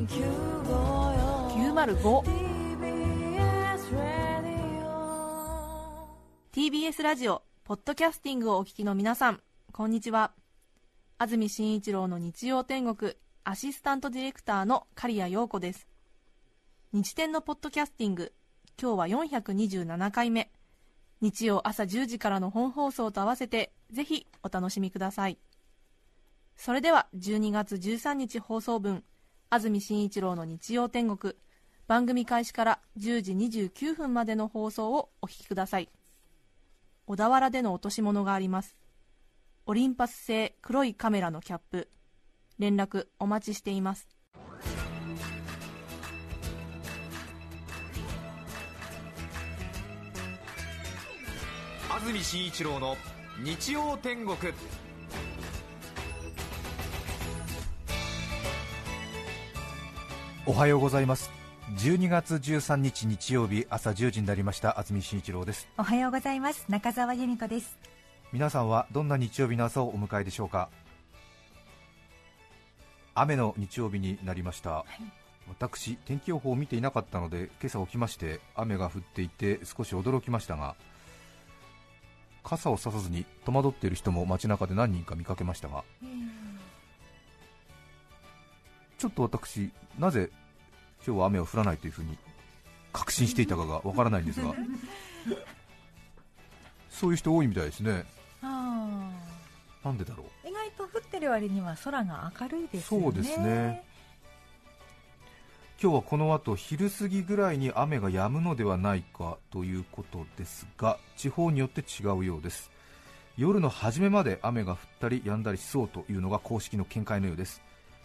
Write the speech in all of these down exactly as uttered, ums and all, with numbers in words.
きゅうまるご ティービーエス ラジオポッドキャスティングをお聞きの皆さん、こんにちは。安住紳一郎の日曜天国アシスタントディレクターの刈谷陽子です。日天のポッドキャスティング、今日はよんひゃくにじゅうななかいめ、日曜朝じゅうじからの本放送と合わせてぜひお楽しみください。それではじゅうにがつじゅうさんにち放送分、安住紳一郎の日曜天国、番組開始からじゅうじにじゅうきゅうふんまでの放送をお聞きください。小田原での落とし物があります。オリンパス製黒いカメラのキャップ、連絡お待ちしています。 安住紳一郎の日曜天国。 おはようございます。じゅうにがつじゅうさんにち日曜日、朝じゅうじになりました。安住紳一郎です。 おはようございます。中澤由美子です。 皆さんはどんな日曜日の朝をお迎えでしょうか。雨の日曜日になりました、はい、私天気予報を見ていなかったので今朝起きまして雨が降っていて少し驚きましたが、傘をささずに戸惑っている人も街中で何人か見かけましたが、ちょっと私なぜ今日は雨を降らないというふうに確信していたかがわからないんですがそういう人多いみたいですね。あ、なんでだろう。 意外と降ってる割には空が明るいですよね。 そうですね。今日はこの後昼過ぎぐらいに雨が止むのではないかということですが、地方によって違うようです。夜の初めまで雨が降ったり止んだりしそうというのが公式の見解のようです。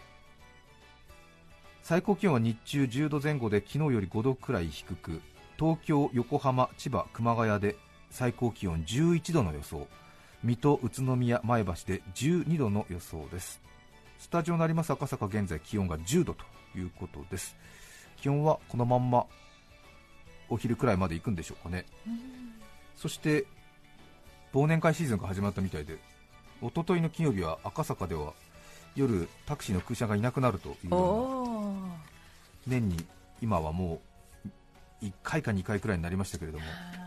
最高気温は日中じゅうどぜん後で昨日よりごどくらい低く、東京、横浜、千葉、熊谷で最高気温じゅういちどの予想、水戸、宇都宮、前橋でじゅうにどの予想です。スタジオになります赤坂、現在気温がじゅうどということです。気温はこのまんまお昼くらいまで行くんでしょうかね。そして忘年会シーズンが始まったみたいで、一昨日の金曜日は赤坂では夜タクシーの空車がいなくなるというような、年に今はもういっかいかにかいくらいになりましたけれども、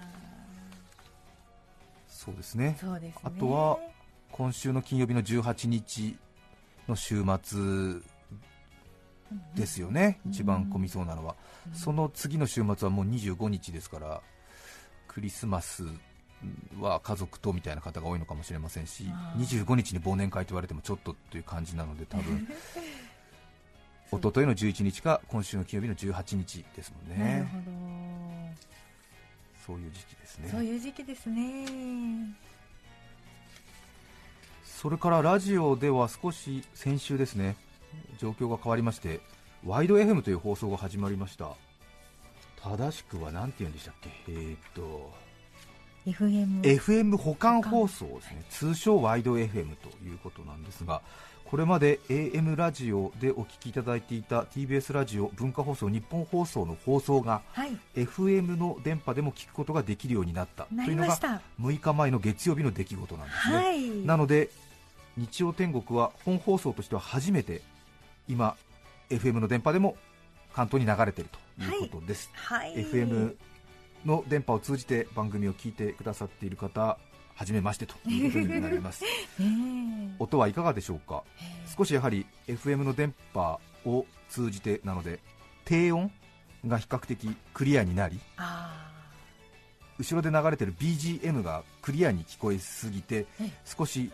そうですね。 そうですね。 あとは今週の金曜日のじゅうはちにちの週末ですよね、うん、一番混みそうなのは、うん、その次の週末はもうにじゅうごにちですから、クリスマスは家族とみたいな方が多いのかもしれませんし、にじゅうごにちに忘年会と言われてもちょっとという感じなので、多分一昨日のじゅういちにちか今週の金曜日のじゅうはちにちですもんね。 なるほど、 そういう時期ですね。 そういう時期ですね。 それからラジオでは少し先週ですね、状況が変わりまして、ワイド エフエム という放送が始まりました。正しくは何て言うんでしたっけ、えー、っとエフエム, エフエム 補完放送ですね。通称ワイド エフエム ということなんですが、これまで エーエム ラジオでお聞きいただいていた ティービーエス ラジオ、文化放送、日本放送の放送が、はい、エフエム の電波でも聞くことができるようになったというのがむいかまえの月曜日の出来事なんですね、はい、なので日曜天国は本放送としては初めて今 エフエム の電波でも関東に流れているということです、はいはい、エフエム の電波を通じて番組を聞いてくださっている方、はじめましてということになります、えー、音はいかがでしょうか。少しやはり エフエム の電波を通じてなので低音が比較的クリアになり、あ、後ろで流れている ビージーエム がクリアに聞こえすぎて少し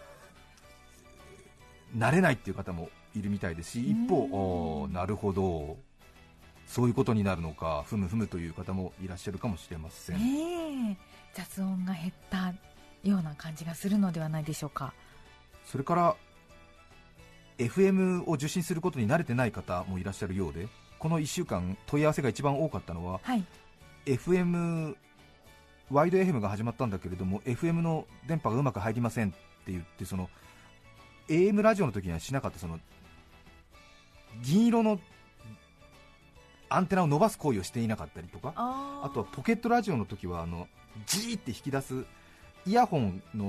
慣れないっていう方もいるみたいですし、一方、なるほどそういうことになるのか、ふむふむという方もいらっしゃるかもしれません、 えー、雑音が減ったような感じがするのではないでしょうか。 それから エフエム を受信することに慣れてない方もいらっしゃるようで、このいっしゅうかん問い合わせが一番多かったのは、はい、エフエム ワイド エフエム が始まったんだけれども エフエム の電波がうまく入りませんって言って、その エーエム ラジオの時にはしなかったその銀色のアンテナを伸ばす行為をしていなかったりとか、 あ, あとはポケットラジオの時はあのジーって引き出すイヤホンの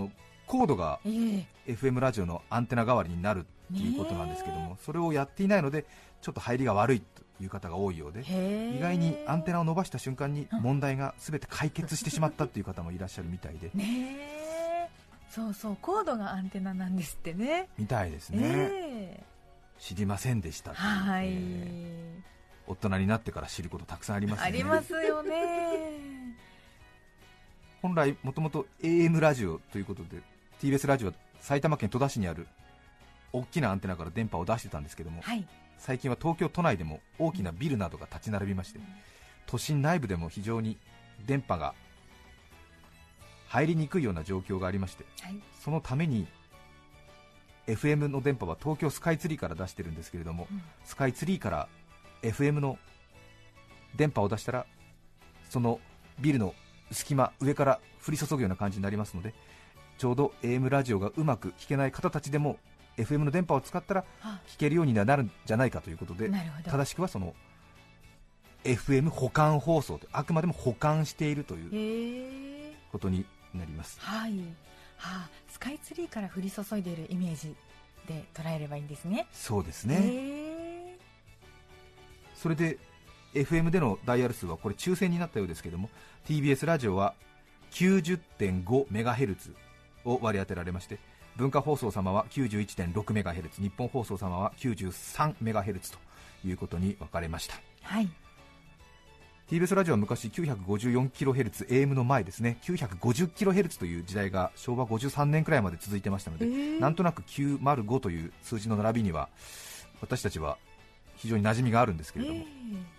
コードがえーエフエム ラジオのアンテナ代わりになるということなんですけども、それをやっていないのでちょっと入りが悪いという方が多いようで、 へー意外にアンテナを伸ばした瞬間に問題が全て解決してしまったという方もいらっしゃるみたいで、 ねえ、そうそう、コードがアンテナなんですってね。 みたいですね、 え知りませんでしたという、 はい、 えー大人になってから知ることたくさんありますよね。 ありますよね。 本来もともと エーエム ラジオということで ティービーエス ラジオは埼玉県戸田市にある大きなアンテナから電波を出してたんですけども、 はい、 最近は東京都内でも大きなビルなどが立ち並びまして、都心内部でも非常に電波が入りにくいような状況がありまして、 はい、 そのために エフエム の電波は東京スカイツリーから出してるんですけれども、 うん、 スカイツリーから エフエム の電波を出したらそのビルの隙間上から降り注ぐような感じになりますので、ちょうど エーエム ラジオがうまく聞けない方たちでも エフエム の電波を使ったら聞けるようにはなるんじゃないかということで、 なるほど、 正しくはその エフエム 補完放送と、あくまでも補完しているというへーことになります。 はい、はあ、スカイツリーから降り注いでいるイメージで捉えればいいんですね。 そうですへね。 ーそれで エフエム でのダイヤル数はこれ抽選になったようですけども、 ティービーエス ラジオは きゅうじゅってんごメガヘルツ を割り当てられまして、文化放送様は きゅうじゅういってんろくメガヘルツ、日本放送様は きゅうじゅうさんメガヘルツ ということに分かれました。 はい、 ティービーエス ラジオは昔 きゅうひゃくごじゅうよんキロヘルツ、エーエム の前ですね きゅうひゃくごじゅっキロヘルツ という時代がしょうわごじゅうさんねんくらいまで続いてましたので、 えーなんとなくきゅうまるごという数字の並びには私たちは非常に馴染みがあるんですけれども、 えー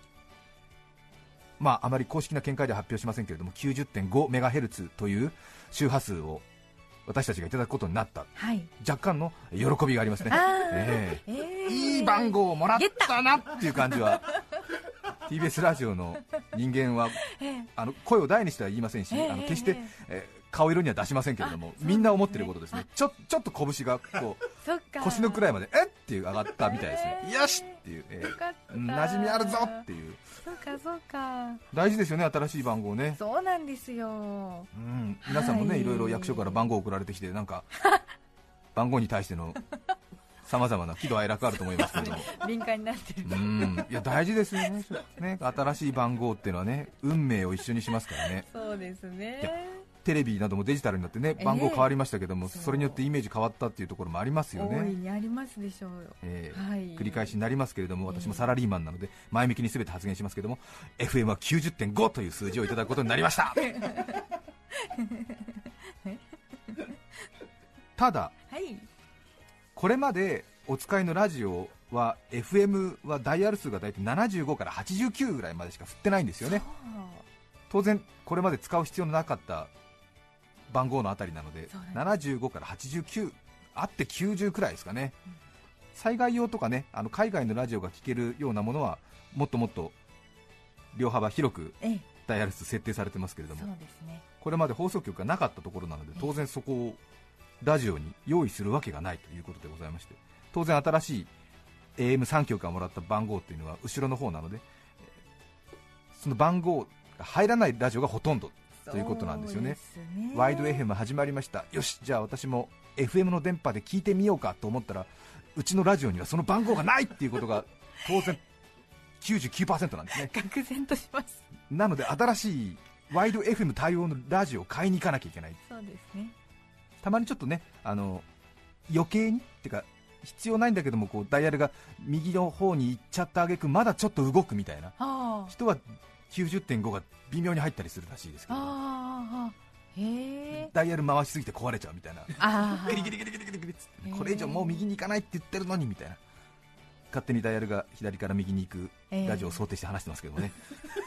まあ、あまり公式な見解では発表しませんけれども きゅうじゅってんごメガヘルツ という周波数を私たちがいただくことになった、 はい、 若干の喜びがありますね。 あーええーいい番号をもらったなっていう感じはティービーエス ラジオの人間はえーあの声を大にしては言いませんし、 えーあの決して、 えーえー顔色には出しませんけれども、みんな思ってることですね。ちょちょっと拳がこうそっか、 腰のくらいまでえっっていう上がったみたいですね、 えーよしっていう、えよかったー馴染みあるぞっていう。 そうかそうか、 大事ですよね、新しい番号ね。 そうなんですよ。 うん、皆さんもね、 はいいろいろ役所から番号送られてきて、なんか番号に対してのさまざまな喜怒哀楽あると思いますけれども敏感になってる。 うん、いや大事ですよねね、新しい番号っていうのはね、運命を一緒にしますからね。 そうですいやね。 テレビなどもデジタルになってね、番号変わりましたけども、 ええそれによってイメージ変わったっていうところもありますよ大いね。 にありますでしょうよ。 えーはい繰り返しになりますけれども、 ええ私もサラリーマンなので前向きに全て発言しますけども、 エフエム は きゅうじゅってんご という数字をいただくことになりましたただはい、 これまでお使いのラジオは エフエム はダイヤル数がだいたいななじゅうごからはちじゅうきゅうぐらいまでしか振ってないんですよね。当然これまで使う必要のなかった番号のあたりなので、 そうなんですななじゅうごからはちじゅうきゅうあってきゅうじゅうくらいですかね、うん、災害用とかね、あの海外のラジオが聴けるようなものはもっともっと両幅広くええ、 ダイヤル数設定されてますけれども、 そうですね。 これまで放送局がなかったところなので、当然そこをラジオに用意するわけがないということでございまして、当然新しい エーエムさん 局がもらった番号っていうのは後ろの方なので、その番号が入らないラジオがほとんどということなんですよね。 ね、 ワイド エフエム 始まりました、よしじゃあ私も エフエム の電波で聞いてみようかと思ったら、うちのラジオにはその番号がないっていうことが当然 きゅうじゅうきゅうパーセント なんですね。 愕然とします。 なので新しいワイド エフエム 対応のラジオを買いに行かなきゃいけない。 そうですね。 たまにちょっとね、あの余計にってか必要ないんだけども、こうダイヤルが右の方に行っちゃった挙句まだちょっと動くみたいなあ人は きゅうじゅってんご が微妙に入ったりするらしいですけど、 あー、へえ、 ダイヤル回しすぎて壊れちゃうみたいな、 あギリギリギリギリギリギリっつってへーこれ以上もう右に行かないって言ってるのにみたいな、勝手にダイヤルが左から右に行くラジオを想定して話してますけどもね。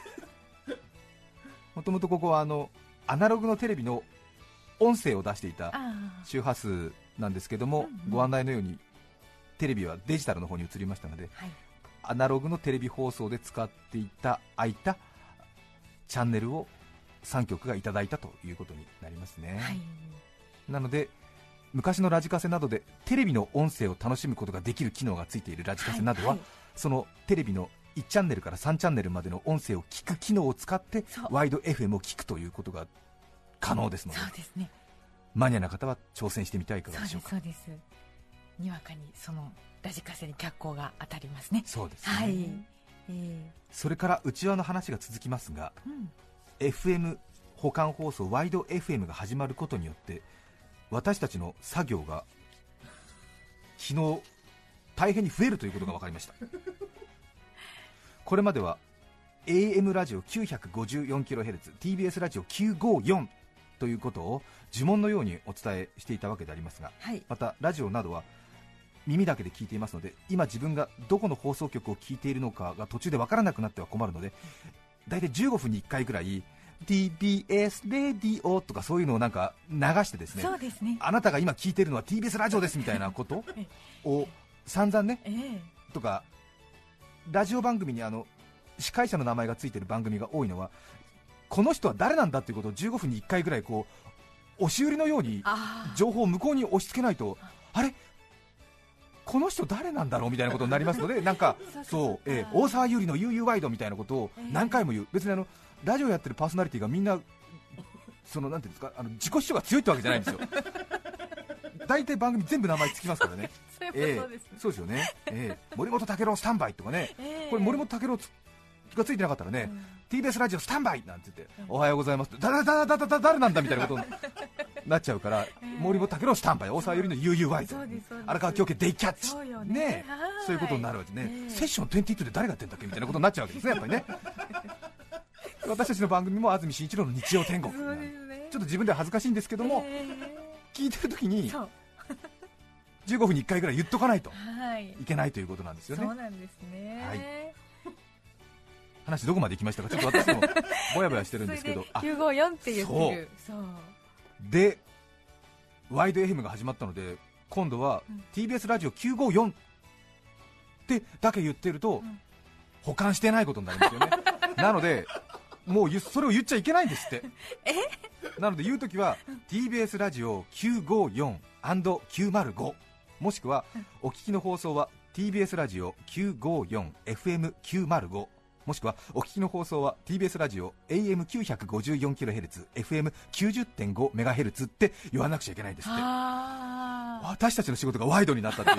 もともとここはあのアナログのテレビの音声を出していたあ周波数なんですけども、 うんうんご案内のようにテレビはデジタルの方に移りましたので、 はい、 アナログのテレビ放送で使っていた空いたチャンネルをさん局がいただいたということになりますね、 はい、 なので昔のラジカセなどでテレビの音声を楽しむことができる機能がついているラジカセなどは、 はいはい、 そのテレビのいちチャンネルからさんチャンネルまでの音声を聞く機能を使ってワイド エフエム を聞くということが可能ですので、 そうですね、 マニアな方は挑戦してみてはいかがでしょうか。 そうですそうです。にわかにそのラジカセに脚光が当たりますね。 そうですね、 はい、えー、 それから内輪の話が続きますが、 うん、 エフエム 補完放送ワイド エフエム が始まることによって私たちの作業が昨日大変に増えるということが分かりましたこれまでは エーエム ラジオ きゅうひゃくごじゅうよんキロヘルツ ティービーエス ラジオきゅうひゃくごじゅうよんということを呪文のようにお伝えしていたわけでありますが、 はい、 またラジオなどは耳だけで聞いていますので、今自分がどこの放送局を聞いているのかが途中で分からなくなっては困るので、だいたいじゅうごふんにいっかいくらい ティービーエス レディオとかそういうのをなんか流してですね、 そうですね、 あなたが今聞いているのは ティービーエス ラジオですみたいなことを散々ね、 えー、 とかラジオ番組にあの司会者の名前がついている番組が多いのは、この人は誰なんだということをじゅうごふんにいっかいぐらいこう押し売りのように情報を向こうに押し付けないと、あれこの人誰なんだろうみたいなことになりますのでなんかそう、えー、大沢優里の ユーユー ワイドみたいなことを何回も言う、別にあのラジオやってるパーソナリティがみんなそのなんていうんですか、あの自己主張が強いってわけじゃないんですよ大体番組全部名前つきますからねそういうことですね、 えー、そうですよね、えー、森本武郎スタンバイとかね、えー、これ森本武郎がついてなかったらね、うん、ティービーエス ラジオスタンバイなんて言って、うん、おはようございますってだだだだだだ誰なんだみたいなことになっちゃうから、えー、森本武郎スタンバイ、大沢優里の ユーユー ワイド、荒川京家デイキャッチ、そうよね、ね、そういうことになるわけですね、えー、セッションにじゅうにで誰がやってんだっけみたいなことになっちゃうわけですね、やっぱりね私たちの番組も安住紳一郎の日曜天国、そうですね、ちょっと自分では恥ずかしいんですけども、えー、聞いてるときにじゅうごふんにいっかいぐらい言っとかないといけないということなんですよね。 そうなんですね、はい、 話どこまで行きましたか、ちょっと私もぼやぼやしてるんですけどきゅうごよんって言ってる、そうそうでワイド エフエム が始まったので、今度は ティービーエス ラジオきゅうごよんってだけ言ってると、うん、保管してないことになりますよねなのでもうそれを言っちゃいけないんですってえなので言うときは ティービーエス ラジオきゅうごよん きゅうまるご もしくはお聞きの放送は ティービーエス ラジオ きゅうごよん エフエムきゅうまるご、 もしくはお聞きの放送は ティービーエス ラジオ エーエムきゅうひゃくごじゅうよんキロヘルツ エフエムきゅうじゅってんごメガヘルツ って言わなくちゃいけないんですって。私たちの仕事がワイドになったっていう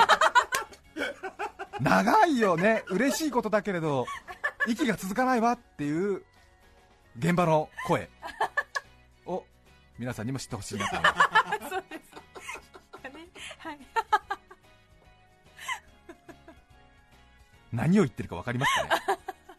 長いよね、嬉しいことだけれど息が続かないわっていう現場の声を皆さんにも知ってほしいなと思いますそうですかね、はい何を言ってるか分かりますかね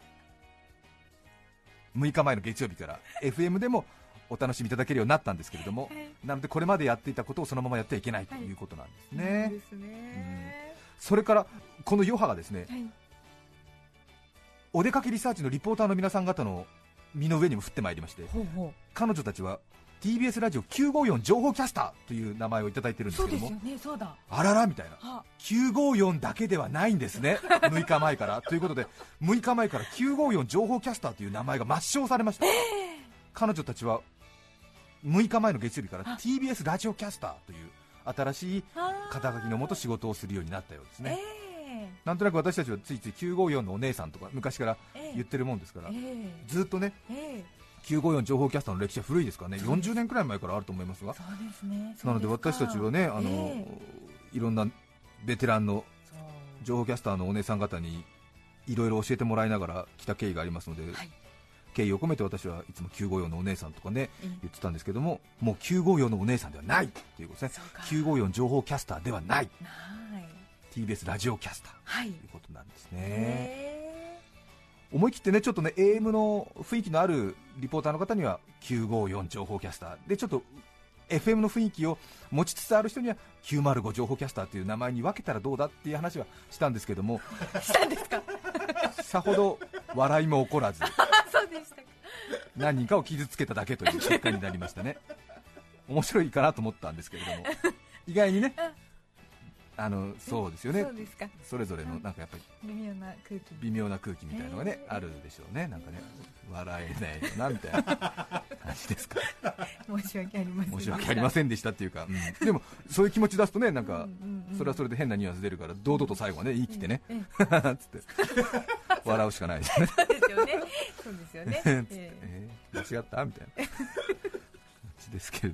むいかまえの月曜日から エフエム でもお楽しみいただけるようになったんですけれども、はい、なのでこれまでやっていたことをそのままやってはいけないということなんですね、はい、そうですね、うん、それからこの余波がですね、はい、お出かけリサーチのリポーターの皆さん方の身の上にも降ってまいりまして、ほうほう、彼女たちは ティービーエス ラジオきゅうごよん情報キャスターという名前をいただいてるんですけども、そうですよね、そうだ、あららみたいな、きゅうごよんだけではないんですねむいかまえからということで、むいかまえからきゅうごよん情報キャスターという名前が抹消されました、えー、彼女たちはむいかまえの月曜日から ティービーエス ラジオキャスターという新しい肩書きのもと仕事をするようになったようですね、えー、なんとなく私たちはついついきゅうごよんのお姉さんとか昔から言ってるもんですから、えー、ずっとね、えーきゅうごよん情報キャスターの歴史は古いですからね、よんじゅうねんくらい前からあると思いますが、そうですね、なので私たちはね、あの、えー、いろんなベテランの情報キャスターのお姉さん方にいろいろ教えてもらいながら来た経緯がありますので、はい、敬意を込めて私はいつもきゅうごよんのお姉さんとかね、うん、言ってたんですけども、もうきゅうごよんのお姉さんではないということですね、きゅうごよん情報キャスターではない、はい、ティービーエス ラジオキャスター、はい、ということなんですね。思い切ってね、ちょっとね エーエム の雰囲気のあるリポーターの方にはきゅうごよん情報キャスターで、ちょっと エフエム の雰囲気を持ちつつある人にはきゅうまるご情報キャスターという名前に分けたらどうだっていう話はしたんですけどもしたんですかさほど笑いも起こらずそうでしたか、 何人かを傷つけただけという結果になりましたね面白いかなと思ったんですけれども意外にね、あのそうですよね、そうですか、それぞれのなんかやっぱり微妙な空気微妙な空気みたいなのがね、あるでしょうね、なんかね笑えないよなみたいな感じですか申し訳ありません申し訳ありませんでしたっていうか、うん、でもそういう気持ち出すとね、なんかそれはそれで変なニュアンス出るから堂々と最後はね言い切ってね、うんうん、つって笑うしかないですよねそうですよね、そうですよねえー、間違ったみたいな感じですけれど、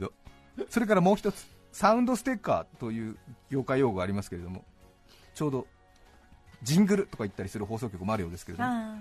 それからもう一つ、サウンドステッカーという業界用語がありますけれども、ちょうどジングルとか言ったりする放送局もあるようですけれども、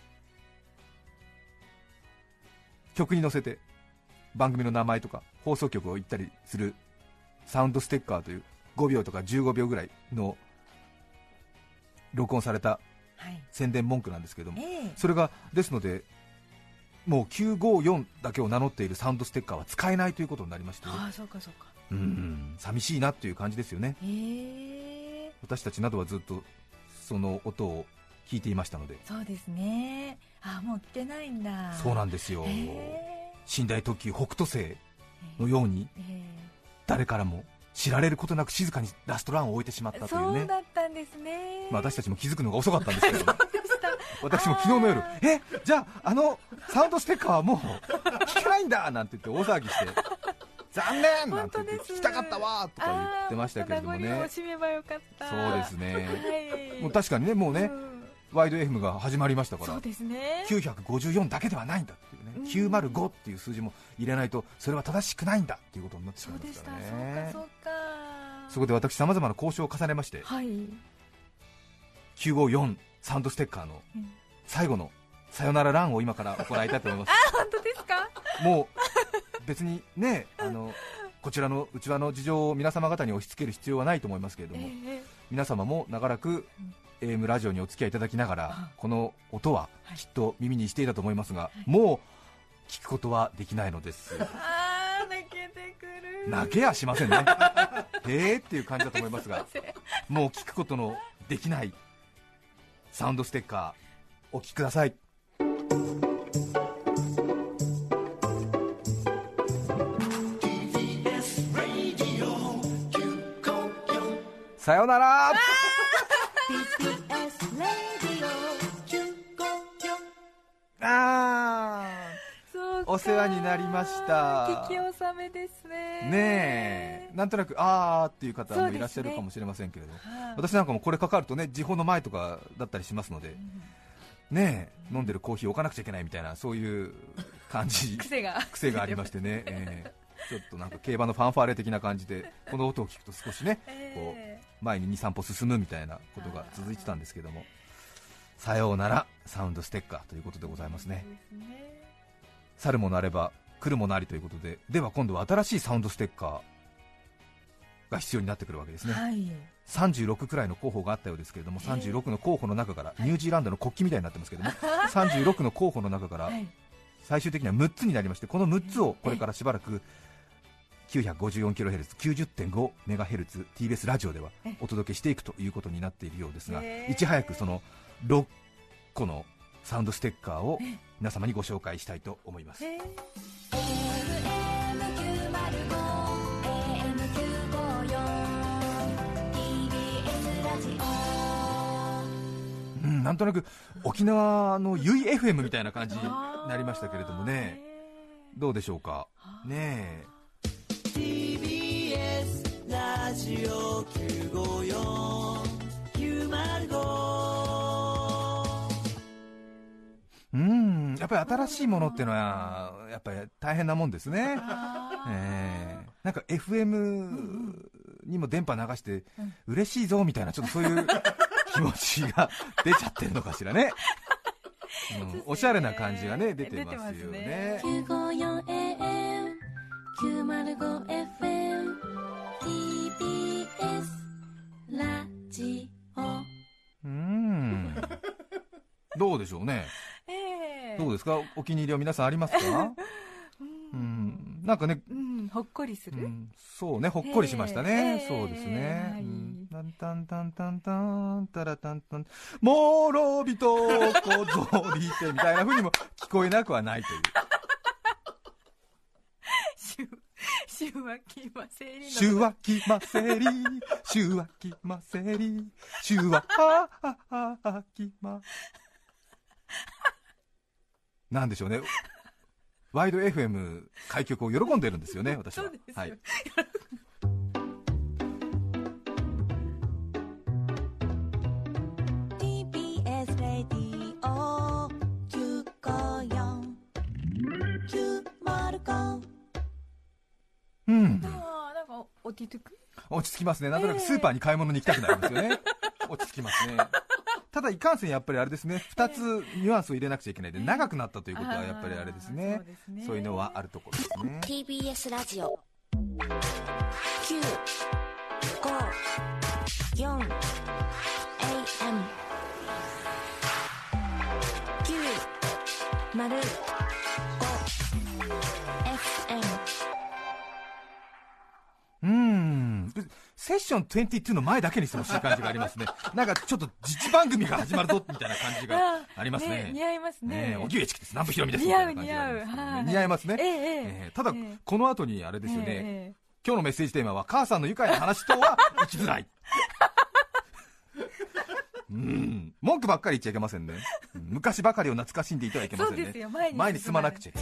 曲に乗せて番組の名前とか放送局を言ったりするサウンドステッカーというごびょうとかじゅうごびょうぐらいの録音された宣伝文句なんですけれども、はい、それがですのでもうきゅうごよんだけを名乗っているサウンドステッカーは使えないということになりまして、 ああ、そうかそうか、 うんうん、寂しいなという感じですよね。 へー、 私たちなどはずっとその音を聞いていましたので。 そうですね、あ、もう来てないんだ。 そうなんですよ。寝台特急北斗星のように誰からも知られることなく静かにラストランを終えてしまったというね。 そうだったんですね、 まあ、私たちも気づくのが遅かったんですけど私も昨日の夜、え、じゃああのサウンドステッカーはもう聞けないんだなんて言って大騒ぎして残念なんて言って聞きたかったわとか言ってましたけれどもね。 締めばよかった。 そうですね、 はい、 もう確かにね、もうね、うん、ワイド エフエム が始まりましたから、 そうですね、 きゅうひゃくごじゅうよんだけではないんだっていうね、きゅうまるごっていう数字も入れないとそれは正しくないんだっていうことになってしまいますからね。 そうでした、そうかそうか。 そこで私さまざまな交渉を重ねまして、 はい、 きゅうごよんサウンドステッカーの最後のさよならランを今から行いたいと思います。 あ、本当ですか。もう別にね、あのこちらのうちわの事情を皆様方に押し付ける必要はないと思いますけれども、えー、皆様も長らく エーエム ラジオにお付き合いいただきながら、この音はきっと耳にしていたと思いますが、はい、もう聞くことはできないのです。 あー、泣けてくる。 泣けやしませんねへーっていう感じだと思いますが、もう聞くことのできないサウンドステッカーお聞きください。さよなら。あー、お世話になりました。 激納めですね。 ねえ、なんとなくあーっていう方もいらっしゃるかもしれませんけれど、ね、私なんかもこれかかるとね、時報の前とかだったりしますので、うん、ねえ、飲んでるコーヒー置かなくちゃいけないみたいな、そういう感じ癖が癖がありましてね、えー、ちょっとなんか競馬のファンファーレ的な感じでこの音を聞くと少しね、えー、こう前ににさんぽ進むみたいなことが続いてたんですけども、さようならサウンドステッカーということでございますね。去るものあれば来るものありということで、では今度は新しいサウンドステッカーが必要になってくるわけですね、はい、さんじゅうろくくらいの候補があったようですけれども、さんじゅうろくの候補の中から、ニュージーランドの国旗みたいになってますけどもさんじゅうろくの候補の中から最終的にはむっつになりまして、このむっつをこれからしばらく きゅうひゃくごじゅうよんキロヘルツ、きゅうじゅってんごメガヘルツ ティービーエス ラジオではお届けしていくということになっているようですが、いち早くそのろっこのサウンドステッカーを皆様にご紹介したいと思います。うん、なんとなく沖縄のゆい エフエム みたいな感じになりましたけれどもね、どうでしょうかね。え ティービーエス ラジオきゅうごよん きゅうまるご、うん、やっぱり新しいものっていうのはやっぱり大変なもんですね。えー、なんか エフエム にも電波流して嬉しいぞみたいな、ちょっとそういう気持ちが出ちゃってるのかしらね。うん、おしゃれな感じがね出てますよね。きゅうごよんエーエムきゅうまるごエフエム ティービーエス ラジオ。うーんどうでしょうね、えー、どうですか、お気に入りは皆さんありますかうん、なんかね、 うん、ほっこりする、うん、 そうね、ほっこりしましたね、えー、そうですね、はい、うん、タンタンタンタンタンタラタンタンもろびとこぞりてみたいな風にも聞こえなくはないというシュワキマセリシュワキマセリシュワキマセリシュワハハハキマなんでしょうね、ワイド エフエム 開局を喜んでいるんですよね、私は。 そうですよ、はい、ティービーエス ラディオきゅうごよん きゅうまるご。 うん、 ち着く？ 落ち着きますね。なんとなくスーパーに買い物に行きたくなりますよね、えー、落ち着きますね。ただいかんせんやっぱりあれですね、ふたつニュアンスを入れなくちゃいけないで、長くなったということはやっぱりあれですね、そうですね、そういうのはあるところですね。 ティービーエス ラジオきゅう ご よん エーエム きゅう まる ご エフエム。 うーん、セッションにじゅうにの前だけにしてほしい感じがありますね。なんかちょっと自治番組が始まるぞみたいな感じがありますね。 ね、似合いますね。 おぎゅうえちきです、南部ひろみですみたいな感じがありますね。似合う似合う、似合いますね。 えーえー、 ただ、 えー、 この後にあれですよね、えー、今日のメッセージテーマは母さんの愉快な話とは生きづらい。うん、文句ばっかり言っちゃいけませんね。昔ばかりを懐かしんでいてはいけませんね。 そうですよ、前に前に進まなくちゃいけない。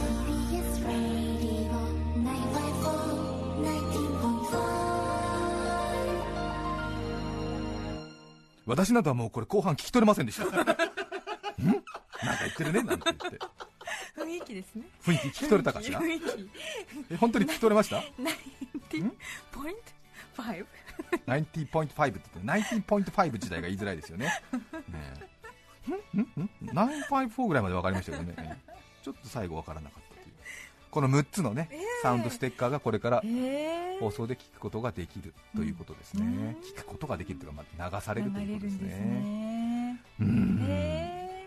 私などはもうこれ後半聞き取れませんでした。んなんか言ってるねなんて言って。 雰囲気ですね。 雰囲気聞き取れたかしら。 雰囲気え、本当に聞き取れました？ ナインティーンポイントファイブナインティーンポイントファイブって言ってナインティーンポイントファイブ自体が言いづらいですよね。ねんんんナインファイブフォーぐらいまで分かりましたけどね、ちょっと最後分からなかったという。このむっつのね、えー、サウンドステッカーがこれから放送で聞くことができるということですね、うん、聞くことができるというか、まあ、流されるということですね。ね、うん、え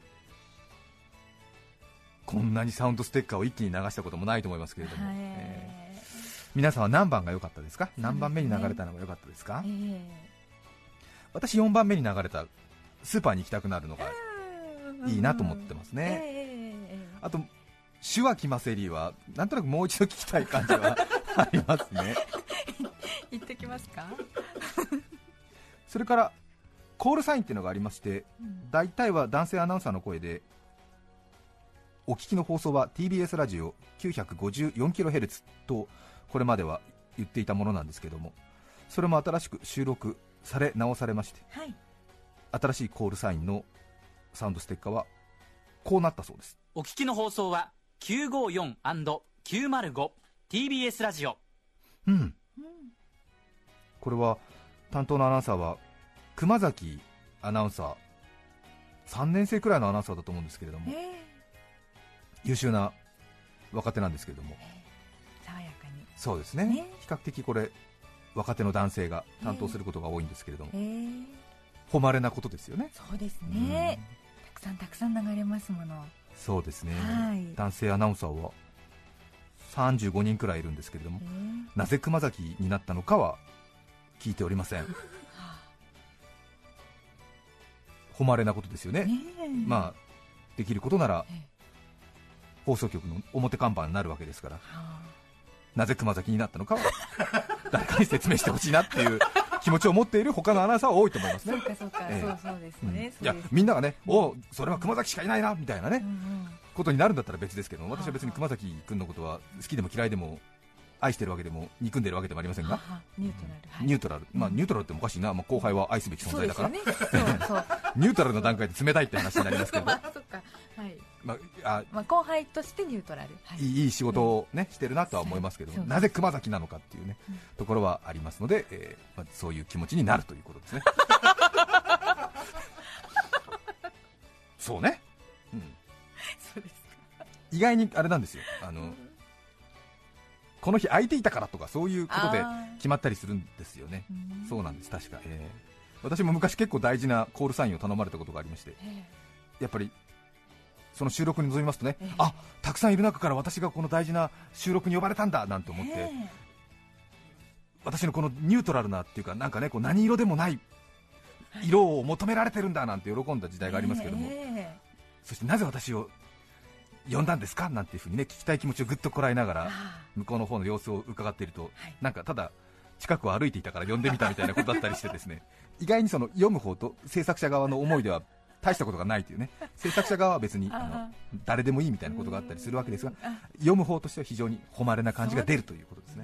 ー、こんなにサウンドステッカーを一気に流したこともないと思いますけれども、えー、皆さんは何番が良かったですか？何番目に流れたのが良かったですか？えー、私よんばんめに流れたスーパーに行きたくなるのがいいなと思ってますね、えー、あと手話きませりはなんとなくもう一度聞きたい感じはありますね。 言ってきますか？ それからコールサインっていうのがありまして、うん、大体は男性アナウンサーの声で、お聞きの放送は ティービーエス ラジオ きゅうひゃくごじゅうよんキロヘルツ とこれまでは言っていたものなんですけども、それも新しく収録され直されまして、はい、新しいコールサインのサウンドステッカーはこうなったそうです。 お聞きの放送は きゅうごよん きゅうまるご ティービーエス ラジオ。 うん、これは担当のアナウンサーは熊崎アナウンサー、さんねん生くらいのアナウンサーだと思うんですけれども、えー、優秀な若手なんですけれども、 えー、爽やかに。 そうですね、えー、比較的これ若手の男性が担当することが多いんですけれども、えー、誉れなことですよね。 そうですね、うん、たくさんたくさん流れますもの。 そうですね、 はい、 男性アナウンサーはさんじゅうごにんくらいいるんですけれども、えー、なぜ熊崎になったのかは聞いておりません。誉れなことですよね、えー、まあできることなら、えー、放送局の表看板になるわけですから、なぜ熊崎になったのかは誰かに説明してほしいなっていう気持ちを持っている他のアナウンサーは多いと思いますね。 そうかそうか、えー、そうそうですね、 うん、いやみんながね、うん、おそれは熊崎しかいないなみたいなね、うんうん、ことになるんだったら別ですけど、私は別に熊崎君のことは好きでも嫌いでも愛してるわけでも憎んでるわけでもありませんが、 ニュートラル、はい、 ニュートラル、まあ、ニュートラルってもおかしいな、まあ、後輩は愛すべき存在だから、 そうですよね、そうそうニュートラルの段階で冷たいって話になりますけど、 まあそっか、はい、 まああまあ、後輩としてニュートラル、はい、 いい、いい仕事を、ね、してるなとは思いますけど、はい、なぜ熊崎なのかっていう、ね、うん、ところはありますので、えーまあ、そういう気持ちになるということですね。そうね、うん、 そうですか。 意外にあれなんですよ、あの、うん、この日空いていたからとかそういうことで決まったりするんですよね。そうなんです、確か、えー、私も昔結構大事なコールサインを頼まれたことがありまして、やっぱりその収録に臨みますとね、あ、たくさんいる中から私がこの大事な収録に呼ばれたんだなんて思って、私のこのニュートラルなっていうか、なんかね、こう何色でもない色を求められてるんだなんて喜んだ時代がありますけども、そしてなぜ私を呼んだんですかなんていうふうにね、聞きたい気持ちをぐっとこらえながら向こうの方の様子を伺っていると、はい、なんかただ近くを歩いていたから呼んでみたみたいなことだったりしてですね意外にその読む方と制作者側の思いでは大したことがないというね、制作者側は別にあの誰でもいいみたいなことがあったりするわけですが、読む方としては非常に誉れな感じが出るということですね。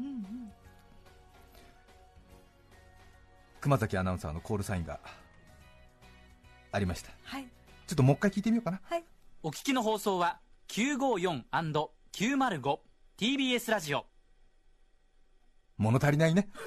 熊崎アナウンサーのコールサインがありました、はい、ちょっともう一回聞いてみようかな、はい。 お聞きの放送は きゅうごよん きゅうまるご ティービーエス ラジオ。 物足りないね。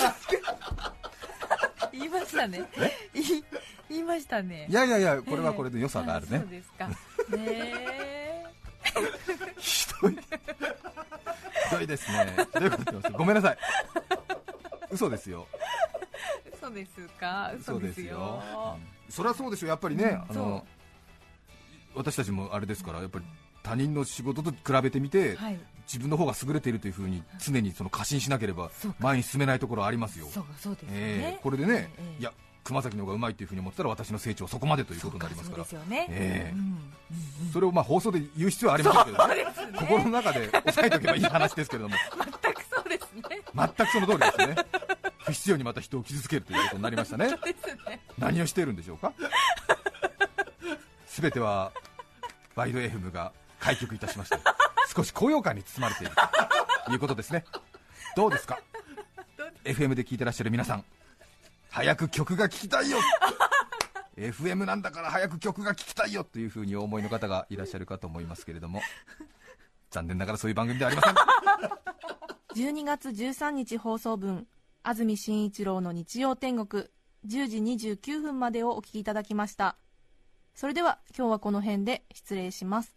言いましたね。言い言いましたね。 いやいやいや、これはこれで良さがあるね。 そうですか。ねえ。 ひどい。ひどいですね。ひどいこと言ってます。ごめんなさい。嘘ですよ。 嘘ですか。嘘ですよ。 うん、そりゃそうですよ。やっぱりね、 うん、 あの私たちもあれですから、やっぱり他人の仕事と比べてみて、はい、自分の方が優れているというふうに常にその過信しなければ前に進めないところありますよ。 そうそうですね、 えー、これでね、えー、いや熊崎の方がうまいというふうに思ったら私の成長はそこまでということになりますから、そう, そうですよね、えーうんうんうん、それをまあ放送で言う必要はありませんけどね、ね心の中で押さえておけばいい話ですけれども全くそうですね、 全くその通りですね。不必要にまた人を傷つけるということになりました ね, そうですね。 何をしているんでしょうか。すべてはワイド エフエム が開局いたしまして少し高揚感に包まれているということですね。どうですか。エフエム で聞いてらっしゃる皆さん、早く曲が聴きたいよエフエム なんだから早く曲が聴きたいよというふうにお思いの方がいらっしゃるかと思いますけれども、残念ながらそういう番組ではありません。 じゅうにがつじゅうさんにち放送分、安住紳一郎の日曜天国、じゅうじにじゅうきゅうふんまでをお聞きいただきました。それでは今日はこの辺で失礼します。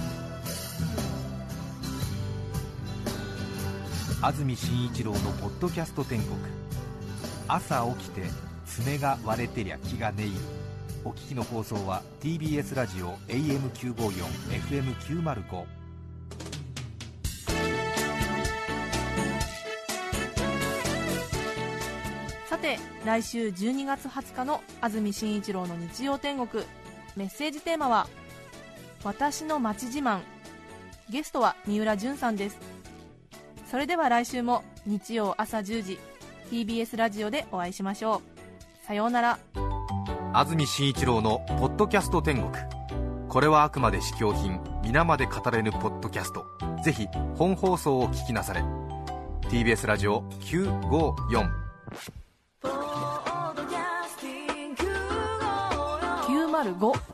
安住紳一郎のポッドキャスト天国、朝起きて爪が割れてりゃ気がねいる。お聞きの放送は ティービーエス ラジオ エーエムきゅうごよん エフエムきゅうまるご。 さて来週じゅうにがつはつかの安住紳一郎の日曜天国、メッセージテーマは私の町自慢。ゲストは三浦淳さんです。それでは来週も日曜朝じゅうじ ティービーエス ラジオでお会いしましょう。さようなら。 安住紳一郎のポッドキャスト天国、これはあくまで試供品、皆まで語れぬポッドキャスト。ぜひ本放送を聞きなされ。 ティービーエス ラジオきゅうごよんきゅうまるご